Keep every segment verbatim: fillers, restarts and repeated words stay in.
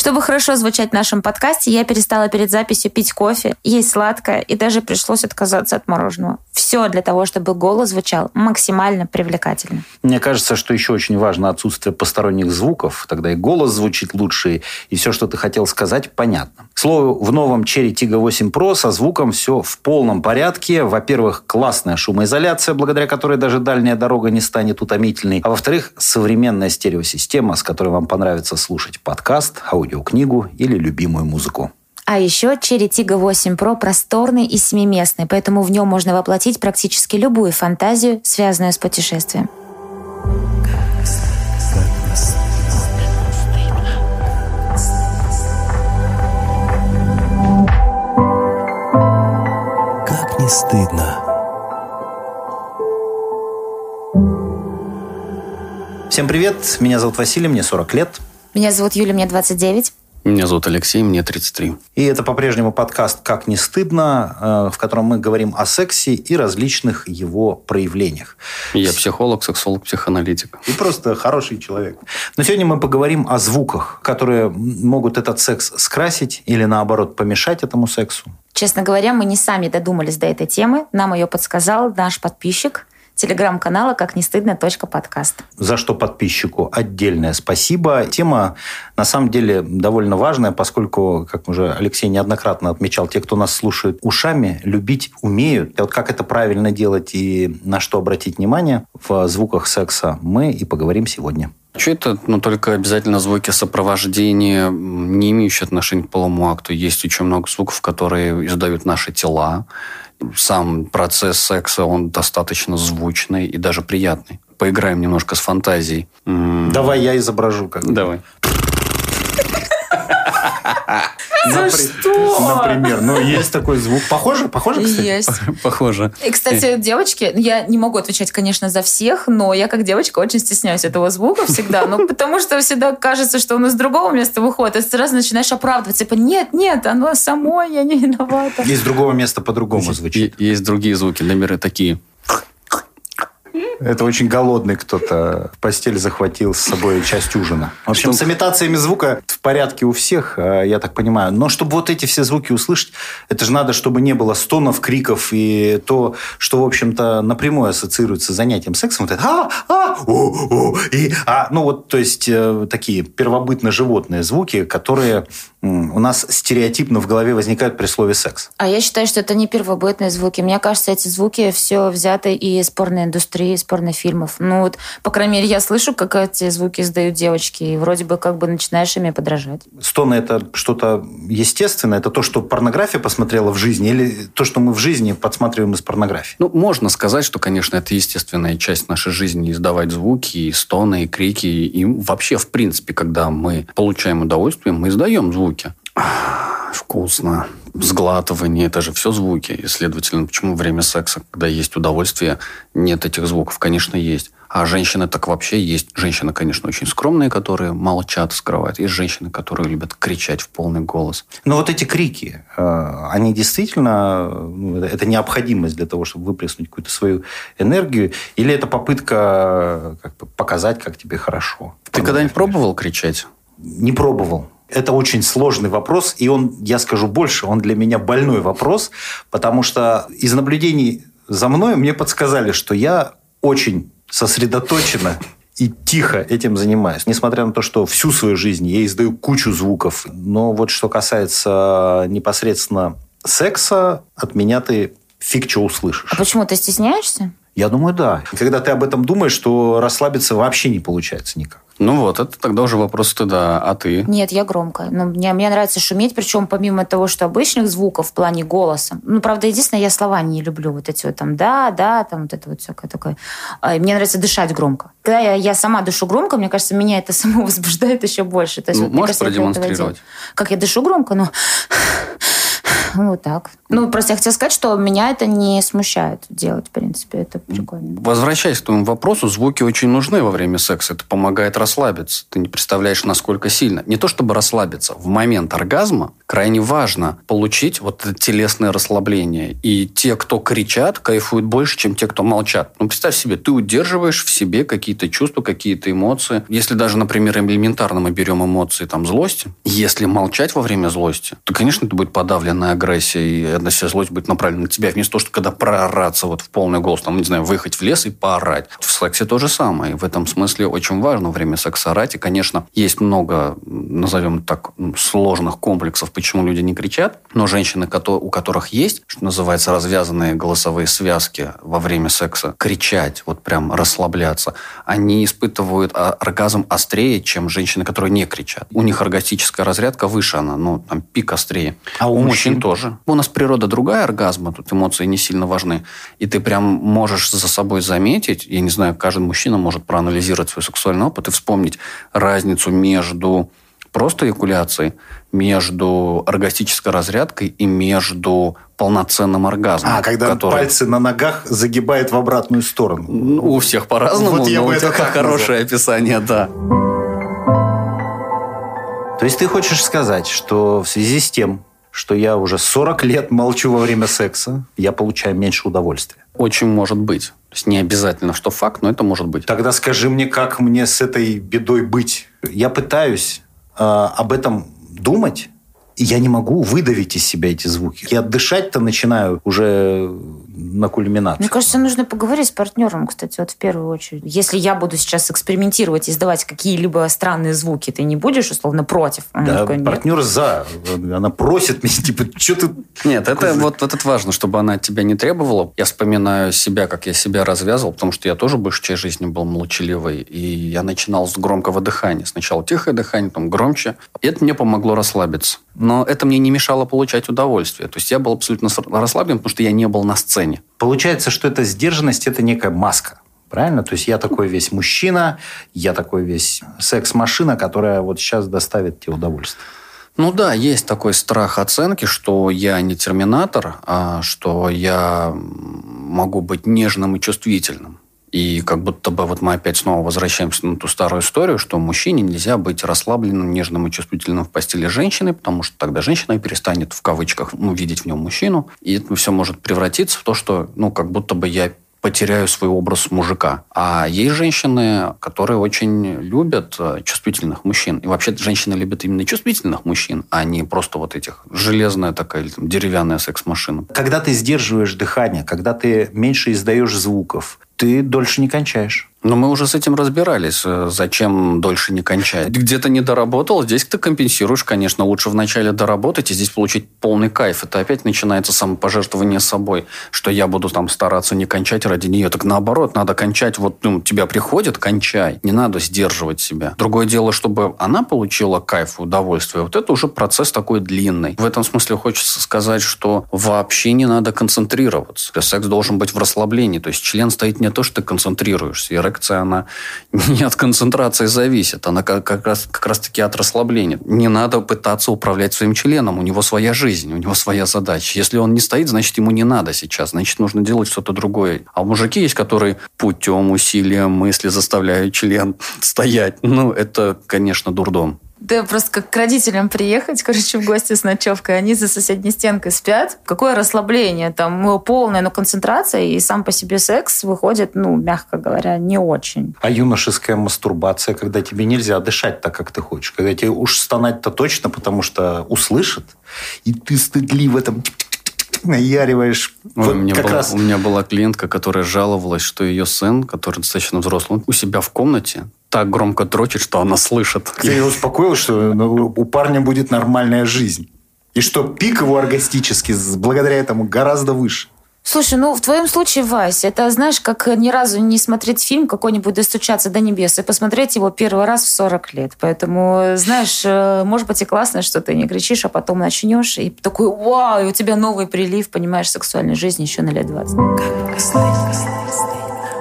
Чтобы хорошо звучать в нашем подкасте, я перестала перед записью пить кофе, есть сладкое и даже пришлось отказаться от мороженого. Все для того, чтобы голос звучал максимально привлекательно. Мне кажется, что еще очень важно отсутствие посторонних звуков. Тогда и голос звучит лучше, и все, что ты хотел сказать, понятно. К слову, в новом Cherry Tiggo восемь Pro со звуком все в полном порядке. Во-первых, классная шумоизоляция, благодаря которой даже дальняя дорога не станет утомительной. А во-вторых, современная стереосистема, с которой вам понравится слушать подкаст, аудиокнигу или любимую музыку. А еще Cherry Tiggo восемь Pro просторный и семиместный, поэтому в нем можно воплотить практически любую фантазию, связанную с путешествием. Как не стыдно. Всем привет, меня зовут Василий, мне сорок лет. Меня зовут Юля, мне двадцать девять. Меня зовут Алексей, мне тридцать три. И это по-прежнему подкаст «Как не стыдно», в котором мы говорим о сексе и различных его проявлениях. Я психолог, сексолог, психоаналитик. И просто хороший человек. Но сегодня мы поговорим о звуках, которые могут этот секс скрасить или, наоборот, помешать этому сексу. Честно говоря, мы не сами додумались до этой темы. Нам ее подсказал наш подписчик телеграм-канала «Как не стыдно. Подкаст». За что подписчику отдельное спасибо. Тема, на самом деле, довольно важная, поскольку, как уже Алексей неоднократно отмечал, те, кто нас слушает ушами, любить умеют. И вот как это правильно делать и на что обратить внимание в звуках секса, мы и поговорим сегодня. Что это? Ну, только обязательно звуки сопровождения, не имеющие отношения к половому акту. Есть очень много звуков, которые издают наши тела. Сам процесс секса, он достаточно звучный и даже приятный. Поиграем немножко с фантазией. Давай я изображу. Как Давай. За что? Например, ну, есть такой звук. Похоже? Похоже, кстати? Есть. Похоже. И, кстати, девочки, я не могу отвечать, конечно, за всех, но я как девочка очень стесняюсь этого звука всегда. Ну, потому что всегда кажется, что он из другого места выходит, и сразу начинаешь оправдываться. Типа, нет, нет, оно само, я не виновата. Из другого места по-другому звучит. Есть другие звуки, например, такие. Это очень голодный кто-то в постель захватил с собой часть ужина. В общем, с имитациями звука в порядке у всех, я так понимаю. Но чтобы вот эти все звуки услышать, это же надо, чтобы не было стонов, криков и то, что, в общем-то, напрямую ассоциируется с занятием сексом. Вот это а, а, о, о, и, а, ну вот, то есть, такие первобытно-животные звуки, которые у нас стереотипно в голове возникают при слове секс. А я считаю, что это не первобытные звуки. Мне кажется, эти звуки все взяты из порноиндустрии, из порнофильмов. Ну вот, по крайней мере, я слышу, как эти звуки издают девочки, и вроде бы как бы начинаешь ими подражать. Стоны – это что-то естественное? Это то, что порнография посмотрела в жизни, или то, что мы в жизни подсматриваем из порнографии? Ну, можно сказать, что, конечно, это естественная часть нашей жизни, издавать звуки, и стоны, и крики, и вообще, в принципе, когда мы получаем удовольствие, мы издаем звуки. Вкусно. Сглатывание, это же все звуки. И, следовательно, почему во время секса, когда есть удовольствие, нет этих звуков? Конечно, есть. А женщины так вообще есть. Женщины, конечно, очень скромные, которые молчат, скрывают. Есть женщины, которые любят кричать в полный голос. Но вот эти крики, они действительно... Это необходимость для того, чтобы выплеснуть какую-то свою энергию? Или это попытка как бы показать, как тебе хорошо? Ты когда-нибудь пробовал кричать? Не пробовал. Это очень сложный вопрос, и он, я скажу больше, он для меня больной вопрос, потому что из наблюдений за мной мне подсказали, что я очень сосредоточенно и тихо этим занимаюсь. Несмотря на то, что всю свою жизнь я издаю кучу звуков, но вот что касается непосредственно секса, от меня ты фиг чего услышишь. А почему, ты стесняешься? Я думаю, да. Когда ты об этом думаешь, то расслабиться вообще не получается никак. Ну вот, это тогда уже вопрос стыда. А ты? Нет, я громко. Ну, мне, мне нравится шуметь, причем помимо того, что обычных звуков в плане голоса. Ну, правда, единственное, я слова не люблю. Вот эти вот там да, да, там вот это вот всякое такое. Мне нравится дышать громко. Когда я, я сама дышу громко, мне кажется, меня это само возбуждает еще больше. То есть, ну, вот, можешь кажется, продемонстрировать? Как я дышу громко? Ну... Вот так. Ну, просто я хотела сказать, что меня это не смущает делать, в принципе. Это прикольно. Возвращаясь к твоему вопросу, звуки очень нужны во время секса. Это помогает расслабиться. Ты не представляешь, насколько сильно. Не то чтобы расслабиться. В момент оргазма крайне важно получить вот это телесное расслабление. И те, кто кричат, кайфуют больше, чем те, кто молчат. Ну, представь себе, ты удерживаешь в себе какие-то чувства, какие-то эмоции. Если даже, например, элементарно мы берем эмоции там, злости, если молчать во время злости, то, конечно, это будет подавленная агрессия, и эта вся злость будет направлена на тебя. Вместо того, что когда проораться вот в полный голос, там, не знаю, выехать в лес и поорать. В сексе то же самое. И в этом смысле очень важно во время секса орать. И, конечно, есть много, назовем так, сложных комплексов, почему люди не кричат. Но женщины, у которых есть, что называется, развязанные голосовые связки во время секса, кричать, вот прям расслабляться, они испытывают оргазм острее, чем женщины, которые не кричат. У них оргастическая разрядка выше, она, ну, там, пик острее. А у, у мужчин? мужчин тоже. У нас природа другая оргазма, тут эмоции не сильно важны. И ты прям можешь за собой заметить, я не знаю, каждый мужчина может проанализировать свой сексуальный опыт и вспомнить разницу между просто эякуляцией, между оргастической разрядкой и между полноценным оргазмом. А, когда который... пальцы на ногах загибает в обратную сторону. Ну, у всех по-разному, вот но у тебя хорошее описание, да. То есть ты хочешь сказать, что в связи с тем, что я уже сорок лет молчу во время секса, я получаю меньше удовольствия? Очень может быть. То есть не обязательно, что факт, но это может быть. Тогда скажи мне, как мне с этой бедой быть? Я пытаюсь э, об этом думать, и я не могу выдавить из себя эти звуки. Я дышать-то начинаю уже на кульминацию. Мне кажется, нужно поговорить с партнером, кстати, вот в первую очередь. Если я буду сейчас экспериментировать и издавать какие-либо странные звуки, ты не будешь, условно, против? Да, такой, партнер за. Она просит меня, типа, что ты... Нет, это вот это важно, чтобы она от тебя не требовала. Я вспоминаю себя, как я себя развязывал, потому что я тоже большую часть жизни был молчаливый, и я начинал с громкого дыхания. Сначала тихое дыхание, потом громче. И это мне помогло расслабиться. Но это мне не мешало получать удовольствие. То есть я был абсолютно расслаблен, потому что я не был на сцене. Получается, что эта сдержанность – это некая маска. Правильно? То есть я такой весь мужчина, я такой весь секс-машина, которая вот сейчас доставит тебе удовольствие. Ну да, есть такой страх оценки, что я не терминатор, а что я могу быть нежным и чувствительным. И как будто бы вот мы опять снова возвращаемся на ту старую историю, что мужчине нельзя быть расслабленным, нежным и чувствительным в постели с женщиной, потому что тогда женщина перестанет в кавычках ну, видеть в нем мужчину. И это все может превратиться в то, что ну как будто бы я потеряю свой образ мужика. А есть женщины, которые очень любят чувствительных мужчин. И вообще женщины любят именно чувствительных мужчин, а не просто вот этих железная такая или там, деревянная секс-машина. Когда ты сдерживаешь дыхание, когда ты меньше издаешь звуков, ты дольше не кончаешь. Но мы уже с этим разбирались. Зачем дольше не кончать? Где-то не доработал, здесь ты компенсируешь, конечно. Лучше вначале доработать и здесь получить полный кайф. Это опять начинается самопожертвование собой, что я буду там стараться не кончать ради нее. Так наоборот, надо кончать. Вот ну, тебя приходит, кончай. Не надо сдерживать себя. Другое дело, чтобы она получила кайф и удовольствие. Вот это уже процесс такой длинный. В этом смысле хочется сказать, что вообще не надо концентрироваться. Секс должен быть в расслаблении. То есть член стоит не то, что ты концентрируешься. Эрекция, она не от концентрации зависит. Она как, как, раз, как раз таки от расслабления. Не надо пытаться управлять своим членом. У него своя жизнь, у него своя задача. Если он не стоит, значит, ему не надо сейчас. Значит, нужно делать что-то другое. А мужики есть, которые путем усилия мысли заставляют член стоять. Ну, это, конечно, дурдом. Да просто как к родителям приехать, короче, в гости с ночевкой, они за соседней стенкой спят. Какое расслабление, там полная, но концентрация, и сам по себе секс выходит, ну, мягко говоря, не очень. А юношеская мастурбация, когда тебе нельзя дышать так, как ты хочешь, когда тебе уж стонать-то точно, потому что услышат, и ты стыдливо там наяриваешь. Ой, вот у, меня как была, раз... у меня была клиентка, которая жаловалась, что ее сын, который достаточно взрослый, он у себя в комнате так громко дрочит, что она слышит. Ты ее успокоил, что ну, у парня будет нормальная жизнь. И что пик его оргастический благодаря этому гораздо выше. Слушай, ну в твоем случае, Вась, это, знаешь, как ни разу не смотреть фильм какой-нибудь «Достучаться до небес» и посмотреть его первый раз в сорок лет. Поэтому, знаешь, может быть и классно, что ты не кричишь, а потом начнешь, и такой вау, и у тебя новый прилив, понимаешь, сексуальной жизни еще на лет двадцать.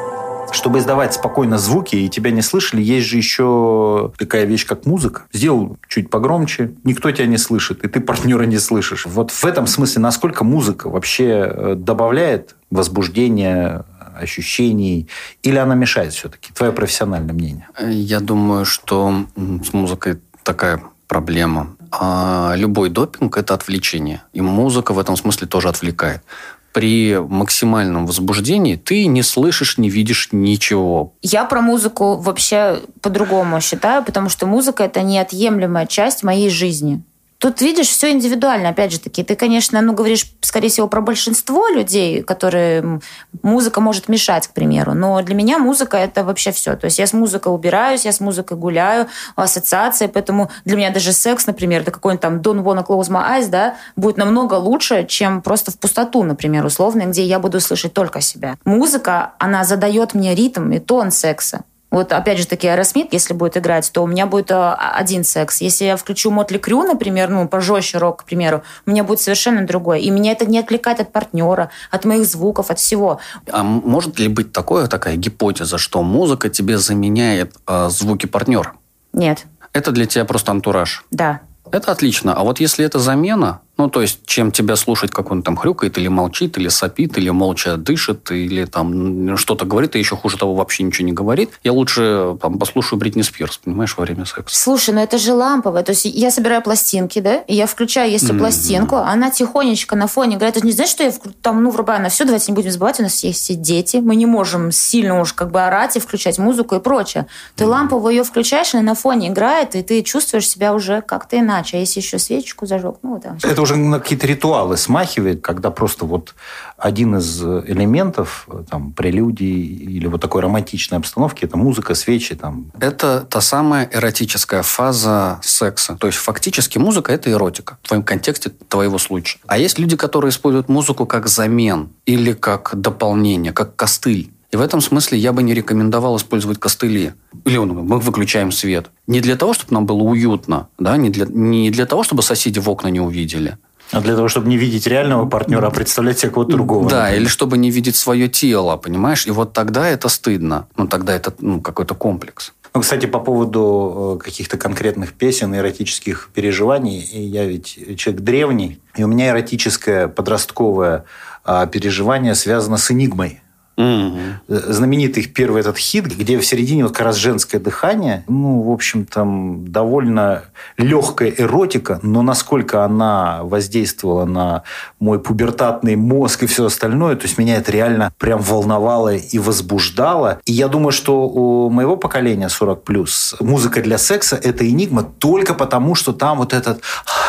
Чтобы издавать спокойно звуки и тебя не слышали, есть же еще такая вещь, как музыка. Сделал чуть погромче, никто тебя не слышит, и ты партнера не слышишь. Вот в этом смысле, насколько музыка вообще добавляет возбуждения, ощущений, или она мешает все-таки? Твое профессиональное мнение. Я думаю, что с музыкой такая проблема. А любой допинг – это отвлечение. И музыка в этом смысле тоже отвлекает. При максимальном возбуждении ты не слышишь, не видишь ничего. Я про музыку вообще по-другому считаю, потому что музыка – это неотъемлемая часть моей жизни. Тут, видишь, все индивидуально, опять же таки. Ты, конечно, ну, говоришь, скорее всего, про большинство людей, которые музыка может мешать, к примеру. Но для меня музыка – это вообще все. То есть я с музыкой убираюсь, я с музыкой гуляю, ассоциации. Поэтому для меня даже секс, например, это какой-нибудь там «Don't wanna close my eyes», да, будет намного лучше, чем просто в пустоту, например, условно, где я буду слышать только себя. Музыка, она задает мне ритм и тон секса. Вот, опять же таки, Aerosmith, если будет играть, то у меня будет один секс. Если я включу Мотли Крю, например, ну, пожестче рок, к примеру, у меня будет совершенно другой. И меня это не отвлекает от партнера, от моих звуков, от всего. А может ли быть такое, такая гипотеза, что музыка тебе заменяет э, звуки партнера? Нет. Это для тебя просто антураж? Да. Это отлично. А вот если это замена, ну, то есть, чем тебя слушать, как он там хрюкает, или молчит, или сопит, или молча дышит, или там что-то говорит, и еще хуже того, вообще ничего не говорит, я лучше там, послушаю Бритни Спирс, понимаешь, во время секса. Слушай, ну это же ламповое. То есть я собираю пластинки, да, и я включаю, если mm-hmm. пластинку, она тихонечко на фоне играет. Это не значит, что я там, ну, врубаю на все, давайте не будем забывать, у нас есть все дети, мы не можем сильно уж как бы орать и включать музыку и прочее. Ты mm-hmm. ламповую ее включаешь, она на фоне играет, и ты чувствуешь себя уже как-то иначе. А если еще свечку зажег, ну, вот там. Это уже на какие-то ритуалы смахивает, когда просто вот один из элементов там, прелюдии или вот такой романтичной обстановки – это музыка, свечи. Там. Это та самая эротическая фаза секса. То есть, фактически, музыка – это эротика. В твоем контексте твоего случая. А есть люди, которые используют музыку как замен или как дополнение, как костыль. И в этом смысле я бы не рекомендовал использовать костыли. Или мы выключаем свет. Не для того, чтобы нам было уютно, да? не, для, не для того, чтобы соседи в окна не увидели. А для того, чтобы не видеть реального партнера, а представлять себе кого-то другого. Да, например. Или чтобы не видеть свое тело, понимаешь? И вот тогда это стыдно. Ну, тогда это ну, какой-то комплекс. Ну, кстати, по поводу каких-то конкретных песен, эротических переживаний, я ведь человек древний, и у меня эротическое подростковое переживание связано с «Энигмой». Mm-hmm. Знаменитый их первый этот хит, где в середине вот как раз женское дыхание. Ну, в общем, там довольно легкая эротика, но насколько она воздействовала на мой пубертатный мозг и все остальное, то есть меня это реально прям волновало и возбуждало. И я думаю, что у моего поколения сорок плюс музыка для секса – это «Энигма» только потому, что там вот этот...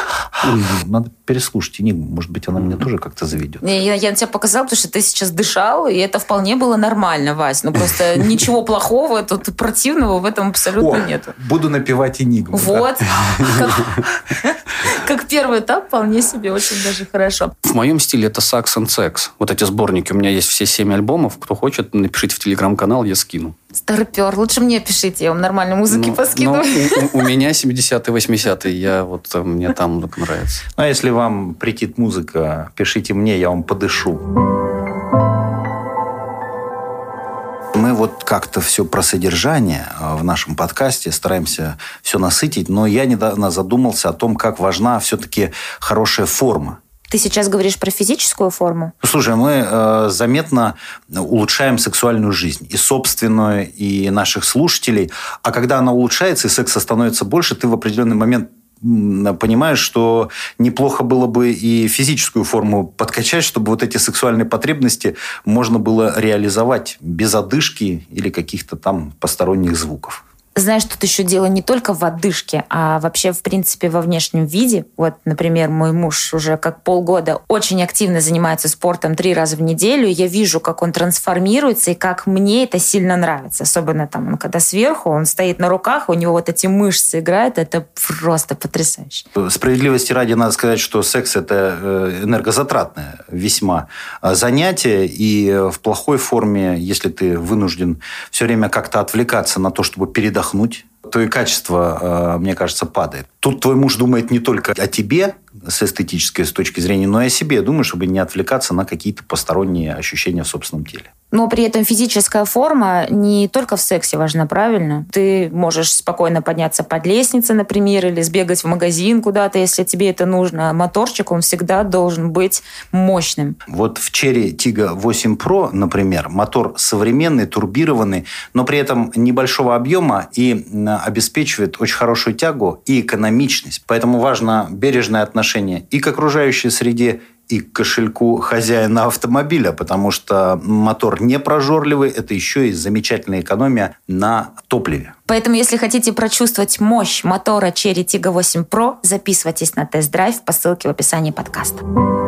Надо переслушать «Энигму». Может быть, она меня тоже как-то заведет. Я, я тебе показала, потому что ты сейчас дышал, и это вполне было нормально, Вась. Ну, просто ничего плохого, тут противного в этом абсолютно нет. Буду напевать «Энигму». Вот. Как первый этап, вполне себе, очень даже хорошо. В моем стиле это Sax and Sex. Вот эти сборники. У меня есть все семь альбомов. Кто хочет, напишите в телеграм-канал, я скину. Старпер. Лучше мне пишите, я вам нормальной музыки ну, поскидываю. Ну, у, у меня семидесятые, восьмидесятые. Я вот, мне там музыка нравится. А если вам претит музыка, пишите мне, я вам подышу. Мы вот как-то все про содержание в нашем подкасте стараемся все насытить, но я недавно задумался о том, как важна все-таки хорошая форма. Ты сейчас говоришь про физическую форму? Слушай, мы э, заметно улучшаем сексуальную жизнь. И собственную, и наших слушателей. А когда она улучшается, и секса становится больше, ты в определенный момент понимаешь, что неплохо было бы и физическую форму подкачать, чтобы вот эти сексуальные потребности можно было реализовать без одышки или каких-то там посторонних звуков. Знаешь, тут еще дело не только в одышке, а вообще, в принципе, во внешнем виде. Вот, например, мой муж уже как полгода очень активно занимается спортом три раза в неделю. Я вижу, как он трансформируется, и как мне это сильно нравится. Особенно там, он, когда сверху, он стоит на руках, у него вот эти мышцы играют. Это просто потрясающе. Справедливости ради надо сказать, что секс – это энергозатратное весьма занятие. И в плохой форме, если ты вынужден все время как-то отвлекаться на то, чтобы передать отдохнуть, то и качество, мне кажется, падает. Тут твой муж думает не только о тебе с эстетической с точки зрения, но и о себе. Думаю, чтобы не отвлекаться на какие-то посторонние ощущения в собственном теле. Но при этом физическая форма не только в сексе важна, правильно? Ты можешь спокойно подняться под лестницей, например, или сбегать в магазин куда-то, если тебе это нужно. Моторчик, он всегда должен быть мощным. Вот в Cherry Tiggo восемь Pro, например, мотор современный, турбированный, но при этом небольшого объема и обеспечивает очень хорошую тягу и экономичность. Поэтому важно бережное отношение и к окружающей среде, и к кошельку хозяина автомобиля, потому что мотор не прожорливый, это еще и замечательная экономия на топливе. Поэтому, если хотите прочувствовать мощь мотора Cherry Tiggo восемь Pro, записывайтесь на тест-драйв по ссылке в описании подкаста.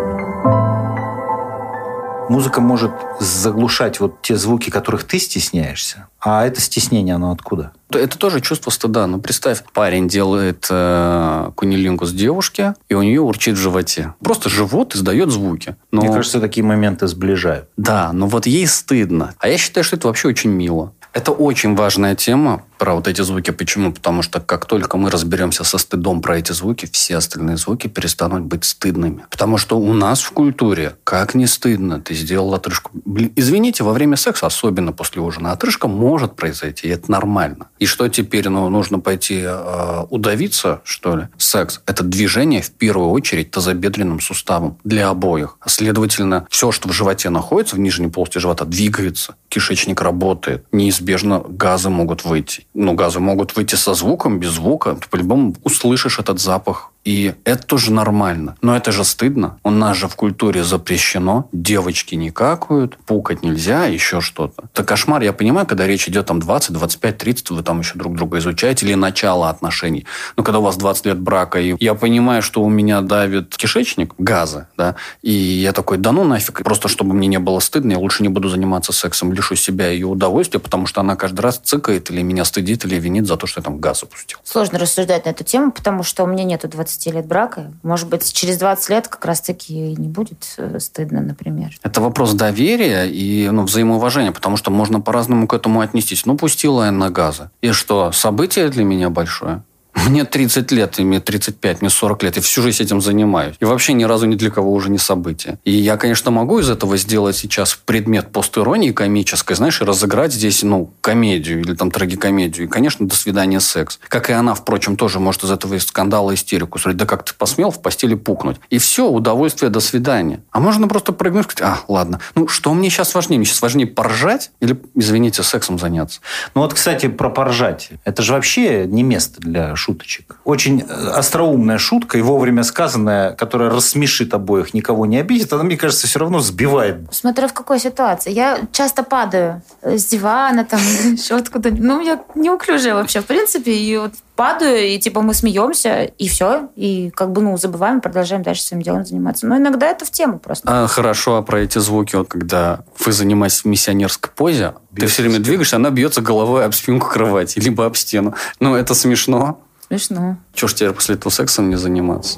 Музыка может заглушать вот те звуки, которых ты стесняешься. А это стеснение, оно откуда? Это тоже чувство стыда. Ну, представь, парень делает э, кунилингус девушке, и у нее урчит в животе. Просто живот издает звуки. Но... Мне кажется, такие моменты сближают. Да, но вот ей стыдно. А я считаю, что это вообще очень мило. Это очень важная тема про вот эти звуки. Почему? Потому что как только мы разберемся со стыдом про эти звуки, все остальные звуки перестанут быть стыдными. Потому что у нас в культуре, как не стыдно, ты сделал отрыжку. Блин, извините, во время секса, особенно после ужина, отрыжка может произойти, и это нормально. И что теперь? Ну, нужно пойти э, удавиться, что ли? Секс – это движение, в первую очередь, тазобедренным суставом для обоих. Следовательно, все, что в животе находится, в нижней полости живота, двигается. Кишечник работает. Неизбежно газы могут выйти. Ну, газы могут выйти со звуком, без звука. Ты по-любому услышишь этот запах. И это тоже нормально. Но это же стыдно. У нас же в культуре запрещено. Девочки не какают, пукать нельзя, еще что-то. Это кошмар. Я понимаю, когда речь идет там двадцать, двадцать пять, тридцать, вы там еще друг друга изучаете, или начало отношений. Но когда у вас двадцать лет брака, и я понимаю, что у меня давит кишечник, газы, да, и я такой, да ну нафиг, просто чтобы мне не было стыдно, я лучше не буду заниматься сексом, лишу себя ее удовольствия, потому что она каждый раз цыкает, или меня стыдит, или винит за то, что я там газ опустил. Сложно рассуждать на эту тему, потому что у меня нету двадцати лет брака. Может быть, через двадцать лет как раз-таки не будет стыдно, например. Это вопрос доверия и ну, взаимоуважения, потому что можно по-разному к этому отнестись. Ну, пустила я на газы. И что, событие для меня большое? Мне тридцать лет, и мне тридцать пять, мне сорок лет. Я всю жизнь этим занимаюсь. И вообще ни разу ни для кого уже не событие. И я, конечно, могу из этого сделать сейчас предмет постиронии комической, знаешь, и разыграть здесь, ну, комедию или там трагикомедию. И, конечно, до свидания, секс. Как и она, впрочем, тоже может из этого из скандала истерику устроить. Да как ты посмел в постели пукнуть? И все, удовольствие, до свидания. А можно просто прыгнуть и сказать, а, ладно. Ну, что мне сейчас важнее? Мне сейчас важнее поржать или, извините, сексом заняться? Ну, вот, кстати, про поржать. Это же вообще не место для шуточек. Очень остроумная шутка и вовремя сказанная, которая рассмешит обоих, никого не обидит, она, мне кажется, все равно сбивает. Смотря в какой ситуации. Я часто падаю с дивана, там, еще откуда-нибудь. Ну, я неуклюжая вообще, в принципе, и вот падаю, и типа мы смеемся, и все, и как бы, ну, забываем, продолжаем дальше своим делом заниматься. Но иногда это в тему просто. А, хорошо, а про эти звуки, вот, когда вы занимаетесь в миссионерской позе, бьется ты все время двигаешься, она бьется головой об спинку кровати, либо об стену. Ну, это смешно. Смешно. Чего ж теперь после этого сексом не заниматься?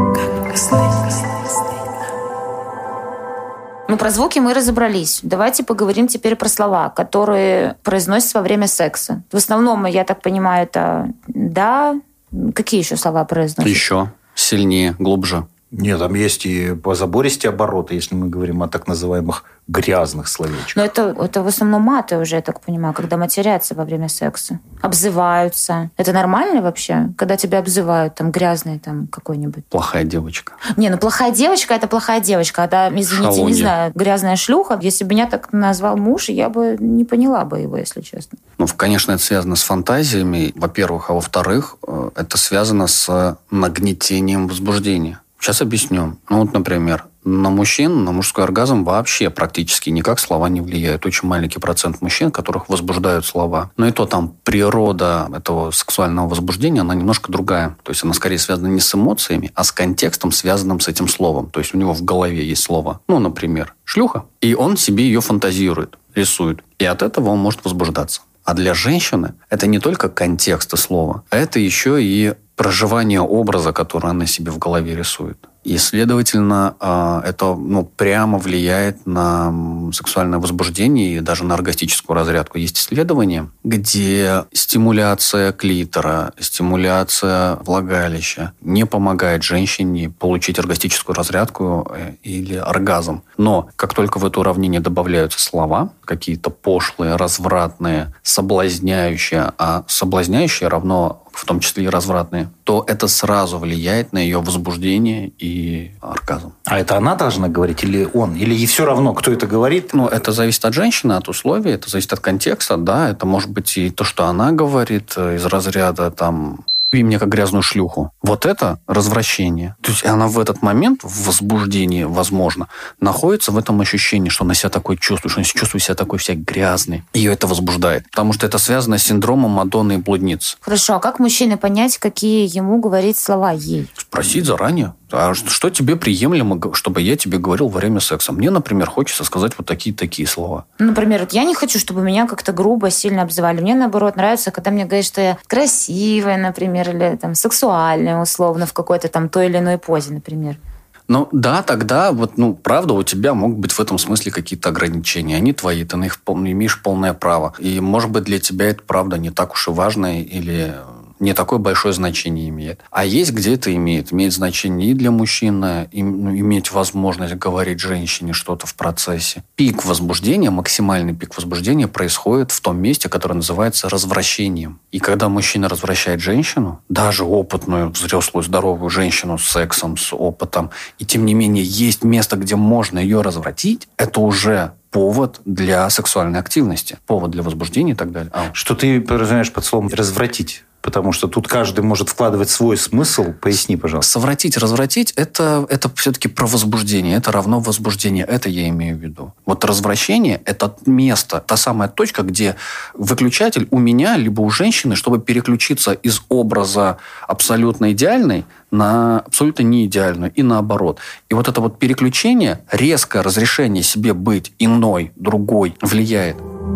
Ну, про звуки мы разобрались. Давайте поговорим теперь про слова, которые произносятся во время секса. В основном, я так понимаю, это «да». Какие еще слова произносят? Еще сильнее, глубже. Нет, там есть и позабористые обороты, если мы говорим о так называемых грязных словечках. Но это, это в основном маты уже, я так понимаю, когда матерятся во время секса. Обзываются. Это нормально вообще, когда тебя обзывают, там, грязный там какой-нибудь? Плохая девочка. Не, ну плохая девочка – это плохая девочка. А да, извините, Шалунья. Не знаю, грязная шлюха. Если бы меня так назвал муж, я бы не поняла бы его, если честно. Ну, конечно, это связано с фантазиями, во-первых. А во-вторых, это связано с нагнетением возбуждения. Сейчас объясню. Ну, вот, например, на мужчин, на мужской оргазм вообще практически никак слова не влияют. Очень маленький процент мужчин, которых возбуждают слова. Но и то там природа этого сексуального возбуждения, она немножко другая. То есть она скорее связана не с эмоциями, а с контекстом, связанным с этим словом. То есть у него в голове есть слово. Ну, например, шлюха. И он себе ее фантазирует, рисует. И от этого он может возбуждаться. А для женщины это не только контекст и слово, а это еще и проживание образа, который она себе в голове рисует. И, следовательно, это ну, прямо влияет на сексуальное возбуждение и даже на оргастическую разрядку. Есть исследования, где стимуляция клитора, стимуляция влагалища не помогает женщине получить оргастическую разрядку или оргазм. Но как только в это уравнение добавляются слова, какие-то пошлые, развратные, соблазняющие, а соблазняющие равно в том числе и развратные, то это сразу влияет на ее возбуждение и оргазм. А это она должна говорить или он? Или ей все равно, кто это говорит? Ну, это зависит от женщины, от условий, это зависит от контекста, да, это может быть и то, что она говорит из разряда там... «Люби меня как грязную шлюху». Вот это развращение. То есть она в этот момент, в возбуждении, возможно, находится в этом ощущении, что она себя такой чувствует, что она чувствует себя такой вся грязной. Ее это возбуждает. Потому что это связано с синдромом Мадонны и блудницы. Хорошо, а как мужчине понять, какие ему говорить слова ей? Спросить заранее. А что тебе приемлемо, чтобы я тебе говорил во время секса? Мне, например, хочется сказать вот такие-такие слова. Например, вот я не хочу, чтобы меня как-то грубо, сильно обзывали. Мне, наоборот, нравится, когда мне говорят, что я красивая, например, или там сексуальная, условно, в какой-то там той или иной позе, например. Ну да, тогда вот, ну, правда, у тебя могут быть в этом смысле какие-то ограничения. Они твои, ты на них имеешь полное право. И, может быть, для тебя это, правда, не так уж и важно или... не такое большое значение имеет. А есть, где это имеет. Имеет значение и для мужчины, и, ну, иметь возможность говорить женщине что-то в процессе. Пик возбуждения, максимальный пик возбуждения происходит в том месте, которое называется развращением. И когда мужчина развращает женщину, даже опытную, взрослую, здоровую женщину с сексом, с опытом, и тем не менее есть место, где можно ее развратить, это уже... повод для сексуальной активности, повод для возбуждения и так далее. А. Что ты подразумеваешь под словом «развратить»? Потому что тут каждый может вкладывать свой смысл. Поясни, пожалуйста. Совратить, развратить это, – это все-таки про возбуждение. Это равно возбуждение. Это я имею в виду. Вот развращение – это место, та самая точка, где выключатель у меня либо у женщины, чтобы переключиться из образа абсолютно идеальной на абсолютно неидеальную и наоборот. И вот это вот переключение, резкое разрешение себе быть иной, другой, влияет.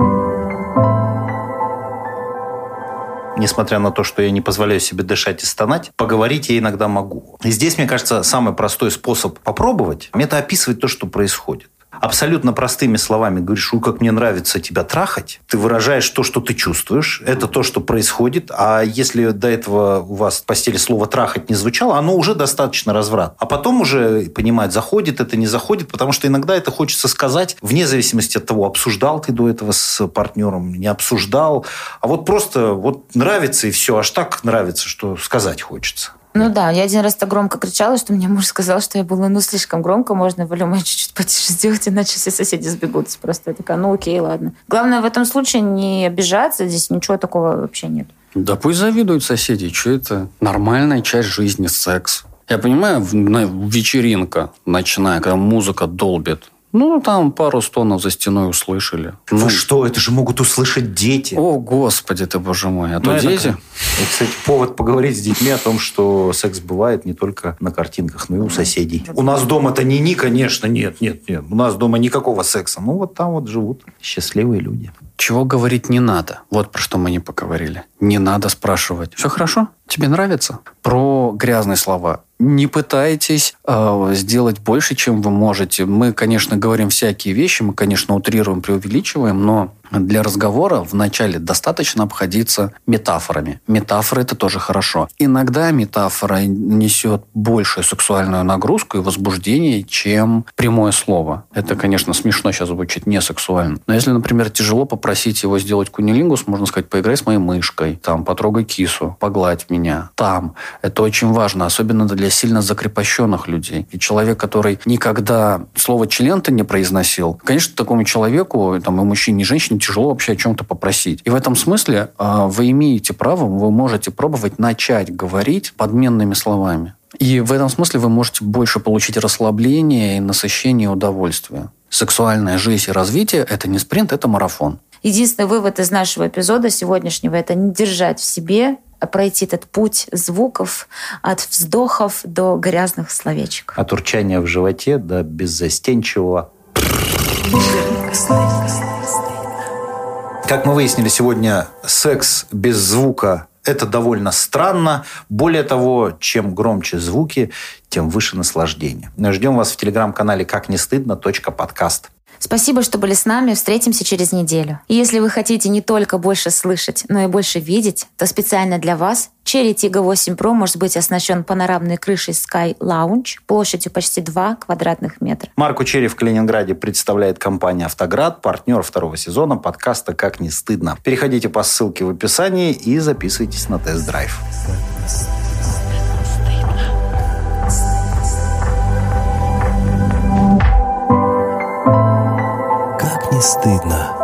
Несмотря на то, что я не позволяю себе дышать и стонать, поговорить я иногда могу. И здесь, мне кажется, самый простой способ попробовать – это описывать то, что происходит. Абсолютно простыми словами говоришь: «Ой, как мне нравится тебя трахать». Ты выражаешь то, что ты чувствуешь. Это то, что происходит. А если до этого у вас в постели слово «трахать» не звучало, оно уже достаточно разврат. А потом уже понимать, заходит это, не заходит, потому что иногда это хочется сказать вне зависимости от того, обсуждал ты до этого с партнером, не обсуждал. А вот просто вот нравится и все. Аж так нравится, что сказать хочется. Ну да, я один раз так громко кричала, что мне муж сказал, что я была ну слишком громко, можно в любом чуть-чуть потише сделать, иначе все соседи сбегутся. Просто я такая, ну окей, ладно. Главное в этом случае не обижаться, здесь ничего такого вообще нет. Да пусть завидуют соседи, что это нормальная часть жизни, секс. Я понимаю, вечеринка ночная, когда музыка долбит. Ну, там пару стонов за стеной услышали. Вы ну, что, это же могут услышать дети. О, Господи ты, боже мой. А то ну, дети... Это, кстати, повод поговорить с детьми о том, что секс бывает не только на картинках, но и у соседей. У нас дома-то не ни, конечно, нет, нет, нет. У нас дома никакого секса. Ну, вот там вот живут счастливые люди. Чего говорить не надо. Вот про что мы не поговорили. Не надо спрашивать. Все хорошо? Тебе нравится? Про грязные слова. Не пытайтесь э, сделать больше, чем вы можете. Мы, конечно, говорим всякие вещи, мы, конечно, утрируем, преувеличиваем, но для разговора вначале достаточно обходиться метафорами. Метафоры – это тоже хорошо. Иногда метафора несет большую сексуальную нагрузку и возбуждение, чем прямое слово. Это, конечно, смешно сейчас звучит, не сексуально. Но если, например, тяжело попросить его сделать куннилингус, можно сказать: поиграй с моей мышкой, там, потрогай кису, погладь меня, там. Это очень важно, особенно для сильно закрепощенных людей. И человек, который никогда слово «член»-то не произносил, конечно, такому человеку, там, и мужчине, и женщине, тяжело вообще о чем-то попросить. И в этом смысле э, вы имеете право, вы можете пробовать начать говорить подменными словами. И в этом смысле вы можете больше получить расслабление и насыщение удовольствия. Сексуальная жизнь и развитие – это не спринт, это марафон. Единственный вывод из нашего эпизода сегодняшнего – это не держать в себе, а пройти этот путь звуков от вздохов до грязных словечек. От урчания в животе до беззастенчивого. Как мы выяснили сегодня, секс без звука – это довольно странно. Более того, чем громче звуки, тем выше наслаждение. Ждем вас в телеграм-канале как не стыдно точка подкаст. Спасибо, что были с нами. Встретимся через неделю. И если вы хотите не только больше слышать, но и больше видеть, то специально для вас Cherry Tiggo восемь Pro может быть оснащен панорамной крышей Sky Lounge площадью почти два квадратных метра. Марку Черри в Калининграде представляет компания «Автоград», партнер второго сезона подкаста «Как не стыдно». Переходите по ссылке в описании и записывайтесь на тест-драйв. Как не стыдно.